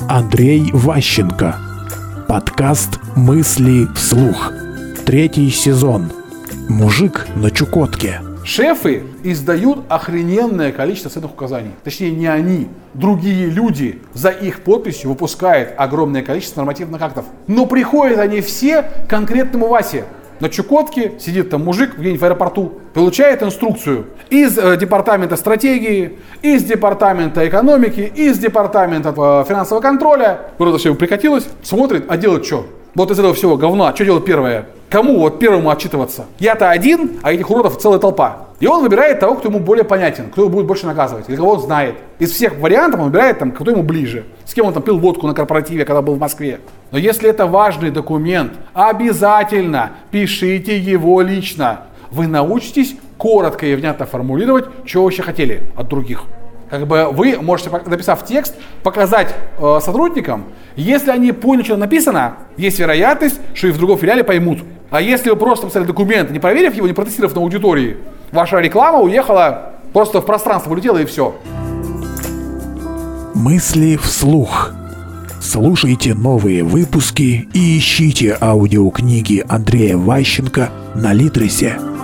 Андрей Ващенко. Подкаст «Мысли вслух». 3 сезон. Мужик на Чукотке. Шефы издают охрененное количество ценных указаний. Точнее, не они. Другие люди за их подписью выпускают огромное количество нормативных актов. Но приходят они все к конкретному Васе. На Чукотке сидит там мужик где-нибудь в аэропорту, получает инструкцию из департамента стратегии, из департамента экономики, из департамента финансового контроля. Вот это все ему прикатилось, смотрит, а делать что? Вот из этого всего говна, что делать первое? Кому вот первому отчитываться? Я-то один, а этих уродов целая толпа. И он выбирает того, кто ему более понятен, кто его будет больше наказывать, или кого он знает. Из всех вариантов он выбирает там, кто ему ближе. С кем он там пил водку на корпоративе, когда был в Москве. Но если это важный документ, обязательно пишите его лично. Вы научитесь коротко и внятно формулировать, что вы вообще хотели от других. Как бы вы можете, написав текст, показать сотрудникам, если они поняли, что написано, есть вероятность, что и в другом филиале поймут. А если вы просто написали документ, не проверив его, не протестировав на аудитории, ваша реклама уехала, просто в пространство улетела и все. Мысли вслух. Слушайте новые выпуски и ищите аудиокниги Андрея Ващенко на Литресе.